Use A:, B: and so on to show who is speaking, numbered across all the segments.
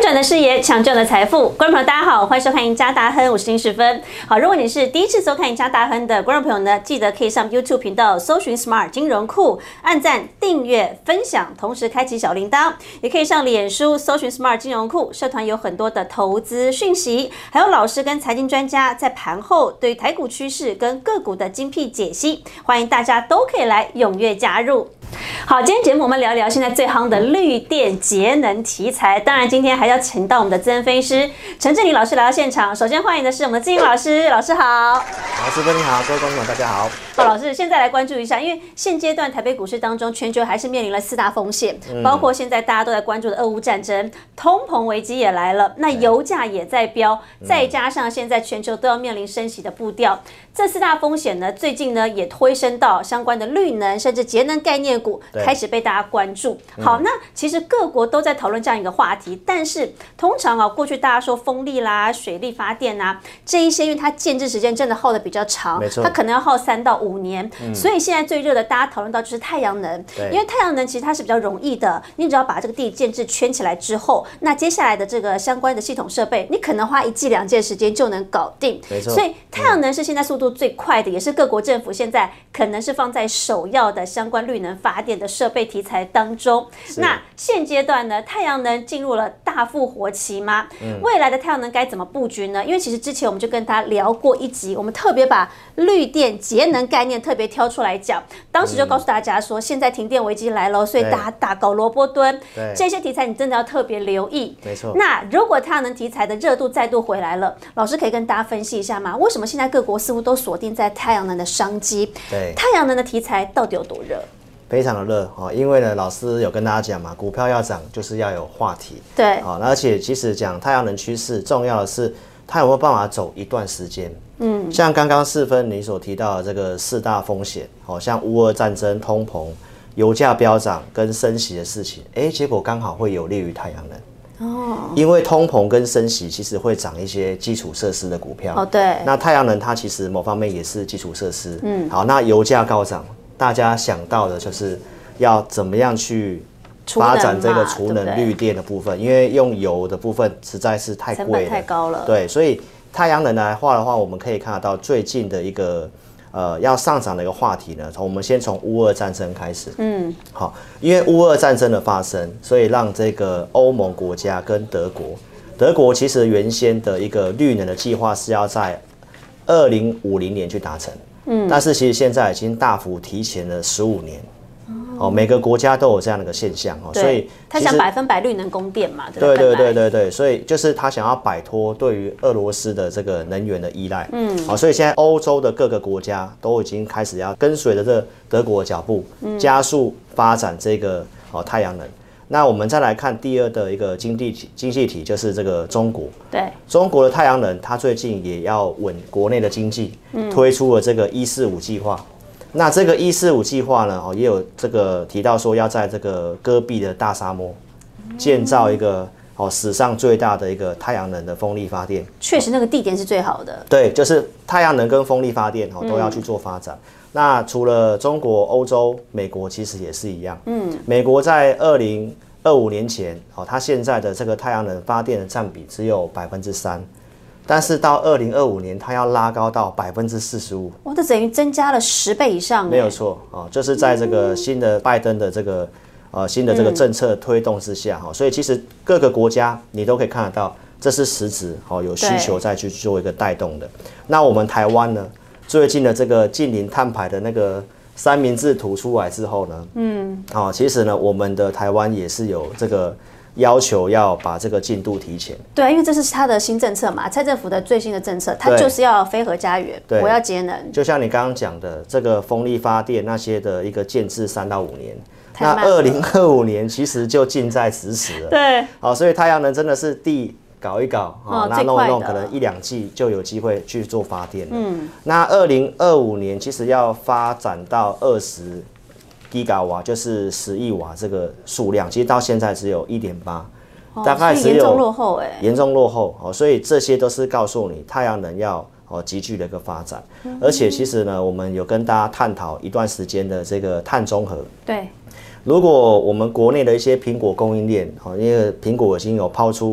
A: 转的视野，抢救的财富。观众朋友，大家好，欢迎收看《赢家大亨》，我是林时芬。好，如果你是第一次收看《赢家大亨》的观众朋友呢，记得可以上 YouTube 频道搜寻 Smart 金融库，按赞、订阅、分享，同时开启小铃铛。也可以上脸书搜寻 Smart 金融库，社团有很多的投资讯息，还有老师跟财经专家在盘后对台股趋势跟个股的精辟解析，欢迎大家都可以来踊跃加入。好，今天节目我们聊一聊现在最夯的绿电节能题材。当然，今天还要请到我们的资深分析师陈志霖老师来到现场。首先欢迎的是我们的志霖老师，老师好。
B: 老师你好，各位观众大家好。
A: 好，老师现在来关注一下，因为现阶段台北股市当中，全球还是面临了4大风险，包括现在大家都在关注的俄乌战争、通膨危机也来了，那油价也在飙，再加上现在全球都要面临升息的步调，这4大风险呢，最近呢也推升到相关的绿能甚至节能概念股开始被大家关注。好，那其实各国都在讨论这样一个话题，但是通常过去大家说风力啦、水力发电啊这一些，因为它建制时间真的耗得比较长，它可能要耗3到5年，所以现在最热的大家讨论到就是太阳能，因为太阳能其实它是比较容易的，你只要把这个地建制圈起来之后，那接下来的这个相关的系统设备，你可能花1季2季的时间就能搞定。所以太阳能是现在速度最快的，也是各国政府现在可能是放在首要的相关绿能发电的设备题材当中。那现阶段呢，太阳能进入了大复活期吗？未来的太阳能该怎么布局呢？因为其实之前我们就跟大家聊过一集，我们特别把绿电节能概念特别挑出来讲，当时就告诉大家说，现在停电危机来了，所以大家打搞萝卜蹲，这些题材你真的要特别留意。
B: 没错。
A: 那如果太阳能题材的热度再度回来了，老师可以跟大家分析一下吗？为什么现在各国似乎都锁定在太阳能的商机？太阳能的题材到底有多热？
B: 非常的热哦，因为呢，老师有跟大家讲嘛，股票要涨就是要有话题。而且其实讲太阳能趋势，重要的是它有没有办法走一段时间。像刚刚世芬你所提到的这个4大风险，像乌俄战争、通膨、油价飙涨跟升息的事情，结果刚好会有利于太阳能。因为通膨跟升息其实会涨一些基础设施的股票。那太阳能它其实某方面也是基础设施。好，那油价高涨，大家想到的就是要怎么样去发展这个储能绿电的部分，因为用油的部分实在是太贵了，
A: 成本太高了。
B: 对，所以太阳能来画的话，我们可以看得到最近的一个要上涨的一个话题呢，我们先从乌俄战争开始。好，因为乌俄战争的发生，所以让这个欧盟国家跟德国其实原先的一个绿能的计划是要在2050年去达成。但是其实现在已经大幅提前了15年。每个国家都有这样的一个现象。所以
A: 他想100%绿能供电嘛。
B: 对，所以就是他想要摆脱对于俄罗斯的这个能源的依赖。所以现在欧洲的各个国家都已经开始要跟随着这德国的脚步，加速发展这个太阳能。那我们再来看第二的一个经济体，就是这个中国。中国的太阳能，它最近也要稳国内的经济，推出了这个145计划。那这个145计划呢，也有这个提到说要在这个戈壁的大沙漠建造一个史上最大的一个太阳能的风力发电。
A: 确实，那个地点是最好的。
B: 对，就是太阳能跟风力发电都要去做发展。那除了中国、欧洲、美国其实也是一样。美国在2025年前，它现在的这个太阳能发电的占比只有3%，但是到2025年，它要拉高到45%。
A: 哇，这等于增加了10倍以上。
B: 没有错就是在这个新的拜登的这个新的这个政策推动之下所以其实各个国家你都可以看得到，这是实质有需求再去做一个带动的。那我们台湾呢？最近的这个近零碳排的那个三明治图出来之后呢，其实呢，我们的台湾也是有这个要求要把这个进度提前。
A: 对，因为这是他的新政策嘛，蔡政府的最新的政策，他就是要非核家园，我要节能。
B: 就像你刚刚讲的，这个风力发电那些的一个建制3到5年，那2025年其实就近在咫尺了。
A: 对，
B: 所以太阳能真的是搞一搞那弄一弄，可能1、2季就有机会去做发电了。那2025年其实要发展到20 Giga 瓦，就是10亿瓦这个数量，其实到现在只有1.8，大概只有
A: 严重落后
B: 严重落后所以这些都是告诉你太阳能要急剧的一个发展。而且其实呢，我们有跟大家探讨一段时间的这个碳中和。
A: 对，
B: 如果我们国内的一些苹果供应链因为苹果已经有抛出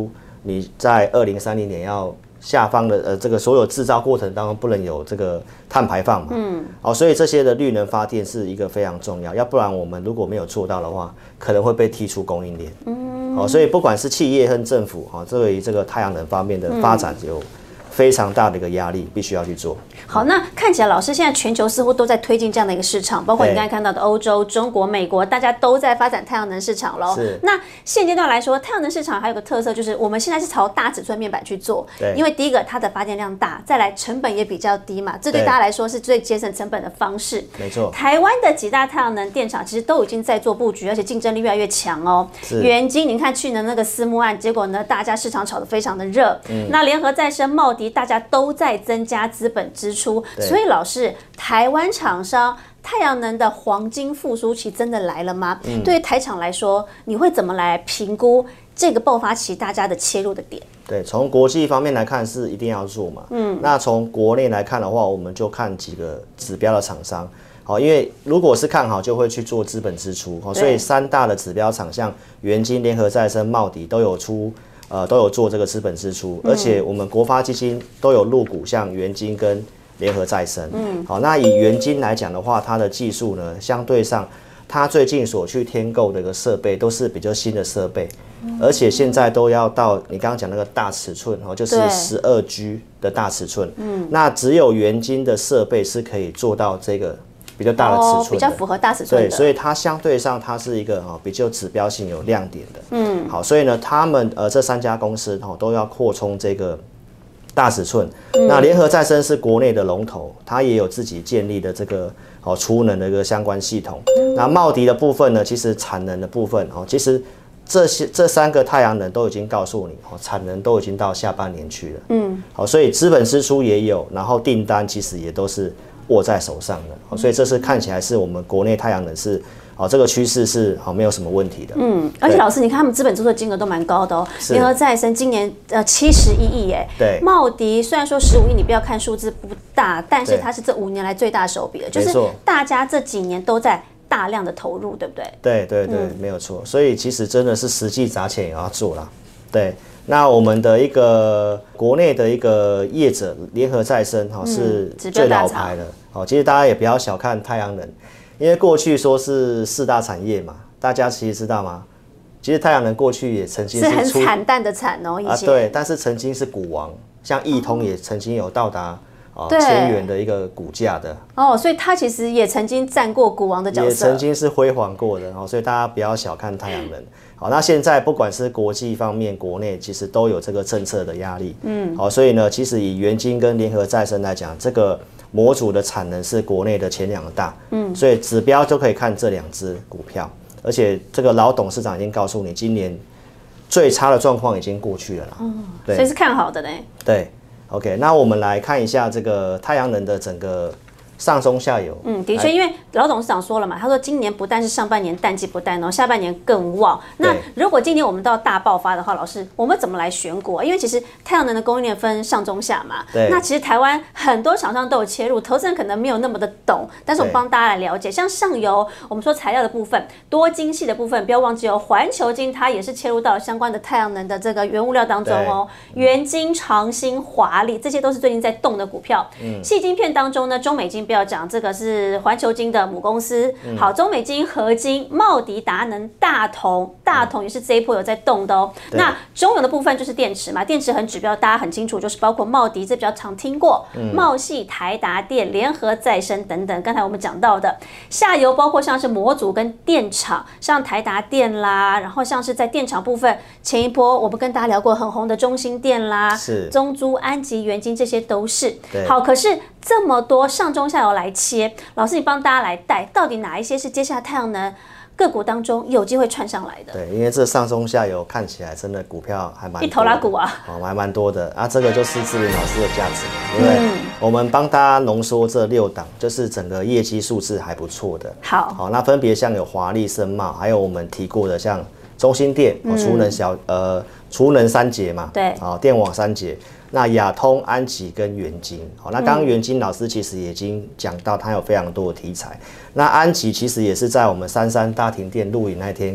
B: 你在2030年要下方的这个所有制造过程当中不能有这个碳排放嘛，所以这些的绿能发电是一个非常重要，要不然我们如果没有做到的话，可能会被踢出供应链。所以不管是企业和政府对于这个太阳能方面的发展有非常大的一个压力，必须要去做。
A: 好，那看起来老师现在全球似乎都在推进这样的一个市场，包括你刚才看到的欧洲、中国、美国，大家都在发展太阳能市场喽。那现阶段来说，太阳能市场还有个特色，就是我们现在是朝大尺寸面板去做，因为第一个它的发电量大，再来成本也比较低嘛，这对大家来说是最节省成本的方式。
B: 没错，
A: 台湾的几大太阳能电厂其实都已经在做布局，而且竞争力越来越强哦。元晶，你看去年那个私募案，结果呢，大家市场炒得非常的热。那联合再生、茂迪，大家都在增加资本支出，所以老师，台湾厂商太阳能的黄金复苏期真的来了吗？对于台厂来说，你会怎么来评估这个爆发期大家的切入的点？
B: 对，从国际方面来看是一定要做嘛。那从国内来看的话，我们就看几个指标的厂商。因为如果是看好，就会去做资本支出。所以3大的指标厂像元晶、联合再生、茂迪都有做这个资本支出，而且我们国发基金都有入股，像元晶跟联合再生。好，那以元晶来讲的话，它的技术呢，相对上，它最近所去添购的一个设备都是比较新的设备，而且现在都要到你刚刚讲那个大尺寸，就是12G 的大尺寸。那只有元晶的设备是可以做到这个比较大的尺寸，
A: 比较符合大尺寸的。
B: 对，所以它相对上它是一个比较指标性有亮点的。好，所以呢，他们这3家公司都要扩充这个大尺寸。那联合再生是国内的龙头，它也有自己建立的这个储能的一个相关系统。那茂迪的部分呢，其实产能的部分其实这3个太阳能都已经告诉你产能都已经到下半年去了。好，所以资本支出也有，然后订单其实也都是握在手上的，所以这是看起来是我们国内太阳能是这个趋势是没有什么问题的。
A: 而且老师，你看他们资本支出的金额都蛮高的哦。联合再生今年71亿耶，对。茂迪虽然说15亿，你不要看数字不大，但是它是这5年来最大手笔的，就是大家这几年都在大量的投入，对不对？
B: 对，没有错。所以其实真的是实际砸钱也要做啦。对。那我们的一个国内的一个业者联合再生是最老牌的。其实大家也不要小看太阳能，因为过去说是4大产业嘛，大家其实知道吗？其实太阳能过去也曾经
A: 是很惨淡的惨哦，以前
B: 对，但是曾经是股王，像易通也曾经有到达1000元的一个股价的
A: 所以它其实也曾经占过股王的角色，
B: 也曾经是辉煌过的所以大家不要小看太阳能。好，那现在不管是国际方面、国内，其实都有这个政策的压力。好，所以呢，其实以元晶跟联合再生来讲，这个模组的产能是国内的前2大。所以指标就可以看这2只股票，而且这个老董事长已经告诉你，今年最差的状况已经过去了啦。
A: 所以是看好的呢。
B: 对 ，OK， 那我们来看一下这个太阳能的整个上中下游。
A: 的确，因为老董事长说了嘛，他说今年不但是上半年淡季不淡下半年更旺。那如果今年我们到大爆发的话，老师，我们怎么来选股？因为其实太阳能的供应链分上中下嘛。那其实台湾很多厂商都有切入，投资人可能没有那么的懂，但是我们帮大家来了解。像上游，我们说材料的部分，多晶系的部分，不要忘记环球晶它也是切入到相关的太阳能的这个原物料当中哦。元晶、长兴、华丽，这些都是最近在动的股票。矽晶片当中呢，中美晶不要讲，这个是环球晶的母公司。好，中美晶、合晶、茂迪、达能、大同也是这一波有在动的哦。那中游的部分就是电池嘛，电池很指标，大家很清楚，就是包括茂迪，这比较常听过，茂系、台达电、联合再生等等。刚才我们讲到的下游，包括像是模组跟电厂，像台达电啦，然后像是在电厂部分，前一波我们跟大家聊过很红的中兴电啦，中租、安吉、元晶，这些都是。好，可是这么多上中下游来切，老师你帮大家来带，到底哪一些是接下来太阳能个股当中有机会串上来的？
B: 对，因为这上中下游看起来真的股票还蛮多的，
A: 一头拉股啊，
B: 还蛮多的啊。这个就是志霖老师的价值，对不对？我们帮大家浓缩这6档，就是整个业绩数字还不错的。好，那分别像有华丽、森茂，还有我们提过的像中兴电、储能3节嘛，对，电网3节。那亚通、安吉跟元晶，那刚刚元晶老师其实已经讲到，他有非常多的题材。那安吉其实也是在我们33大停电录影那天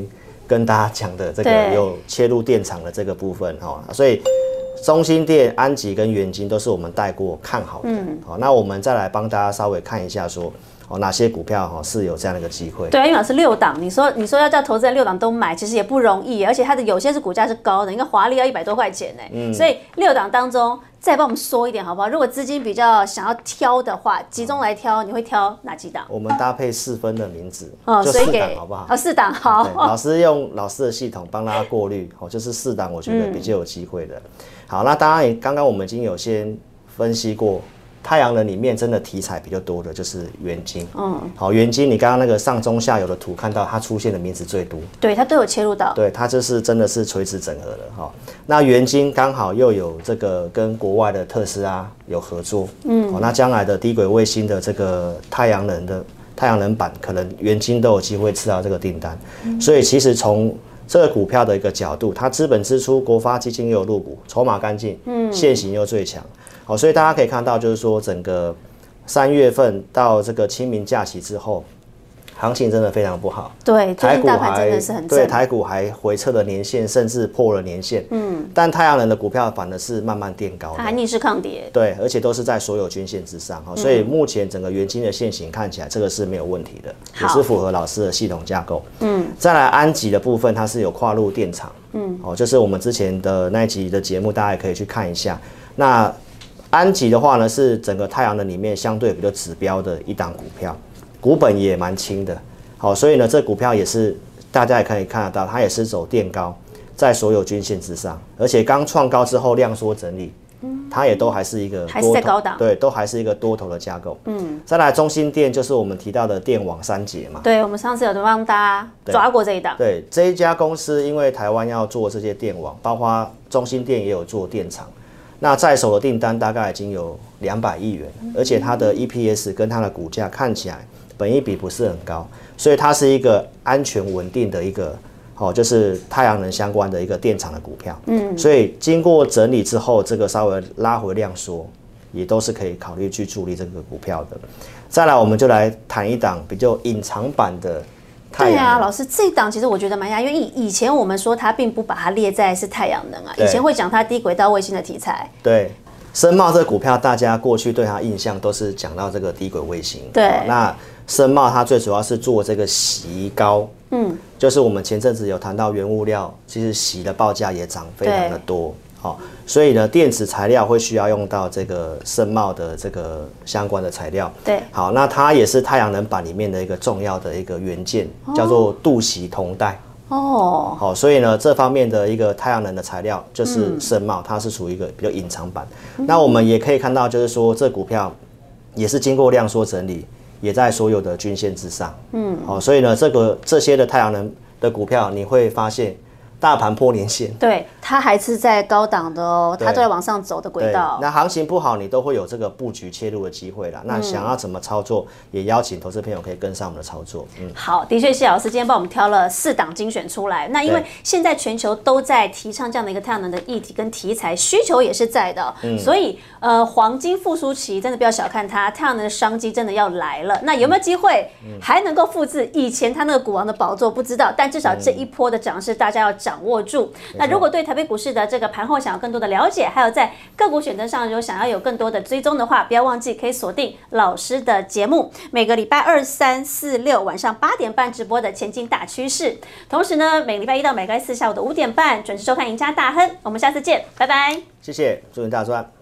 B: 跟大家讲的这个有切入电厂的这个部分所以中兴电、安集跟元晶都是我们带过看好的。那我们再来帮大家稍微看一下说。哪些股票是有这样的一个机会？
A: 对，因为是6档，你说要叫投资人6档都买，其实也不容易，而且它的有些是股价是高的，你看华丽要100多块钱呢。所以6档当中，再帮我们说一点好不好？如果资金比较想要挑的话，集中来挑，你会挑哪几档？
B: 我们搭配4分的名字，就4档好不好
A: ？4档好。
B: 老师用老师的系统帮大家过滤，就是4档，我觉得比较有机会的。好，那当然刚刚我们已经有先分析过。太阳能里面真的题材比较多的就是元晶，好，元晶你刚刚那个上中下游的图看到它出现的名字最多，
A: 对，它都有切入到，
B: 对，它就是真的是垂直整合的哈。那元晶刚好又有这个跟国外的特斯拉有合作，那将来的低轨卫星的这个太阳能板，可能元晶都有机会吃到这个订单，所以其实从这个股票的一个角度，它资本支出，国发基金又有入股，筹码干净，现行又最强。所以大家可以看到，就是说整个3月份到这个清明假期之后，行情真的非常不好。
A: 对，最近大盘真的是很正。
B: 对，台股还回测了年线，甚至破了年线。但太阳能的股票反而是慢慢垫高的，
A: 它还逆势抗跌。
B: 对，而且都是在所有均线之上。所以目前整个元晶的线型看起来，这个是没有问题的，也是符合老师的系统架构。再来安集的部分，它是有跨入电厂。就是我们之前的那一集的节目，大家也可以去看一下。那安集的话呢，是整个太阳能里面相对比较指标的一档股票，股本也蛮轻的，所以呢，这股票也是大家也可以看得到，它也是走垫高，在所有均线之上，而且刚创高之后量缩整理，它也都还是一个
A: 还是在高档，
B: 对，都还是一个多头的架构。再来中兴电就是我们提到的电网3节嘛，
A: 对，我们上次有帮大家抓过这一档。
B: 对，这一家公司因为台湾要做这些电网，包括中兴电也有做电厂。那在手的订单大概已经有200亿元，而且它的 EPS 跟它的股价看起来本益比不是很高，所以它是一个安全稳定的一个就是太阳能相关的一个电厂的股票。所以经过整理之后，这个稍微拉回量缩，也都是可以考虑去助力这个股票的。再来，我们就来谈一档比较隐藏版的。
A: 对啊，老师，这一档其实我觉得蛮讶异，因为以前我们说它并不把它列在是太阳能啊，以前会讲它低轨道卫星的题材。
B: 对，深茂这个股票，大家过去对它印象都是讲到这个低轨卫星。
A: 对，
B: 那深茂它最主要是做这个锡膏，就是我们前阵子有谈到原物料，其实锡的报价也涨非常的多。所以呢，电子材料会需要用到这个深茂的这个相关的材料。
A: 对，
B: 好，那它也是太阳能板里面的一个重要的一个元件，叫做镀锡铜带。好，所以呢，这方面的一个太阳能的材料就是深茂，它是属于一个比较隐藏版。那我们也可以看到，就是说这股票也是经过量缩整理，也在所有的均线之上。所以呢，这些的太阳能的股票，你会发现。大盘破年线，
A: 对，它还是在高档的哦，它都在往上走的轨道。
B: 那行情不好，你都会有这个布局切入的机会啦。那想要怎么操作，也邀请投资朋友可以跟上我们的操作。
A: 好，的确，谢老师今天帮我们挑了4档精选出来。那因为现在全球都在提倡这样的一个太阳能的议题跟题材，需求也是在的，所以黄金复苏期真的不要小看它，太阳能的商机真的要来了。那有没有机会还能够复制以前它那个股王的宝座？不知道，但至少这一波的涨势大家要掌握住。那如果对台北股市的这个盘后想要更多的了解，还有在个股选择上如果想要有更多的追踪的话，不要忘记可以锁定老师的节目，每个礼拜2、3、4、6晚上8点半直播的前进大趋势。同时呢，每个礼拜1到每个礼拜4下午的5点半准时收看赢家大亨。我们下次见，拜拜。
B: 谢谢，祝您大赚。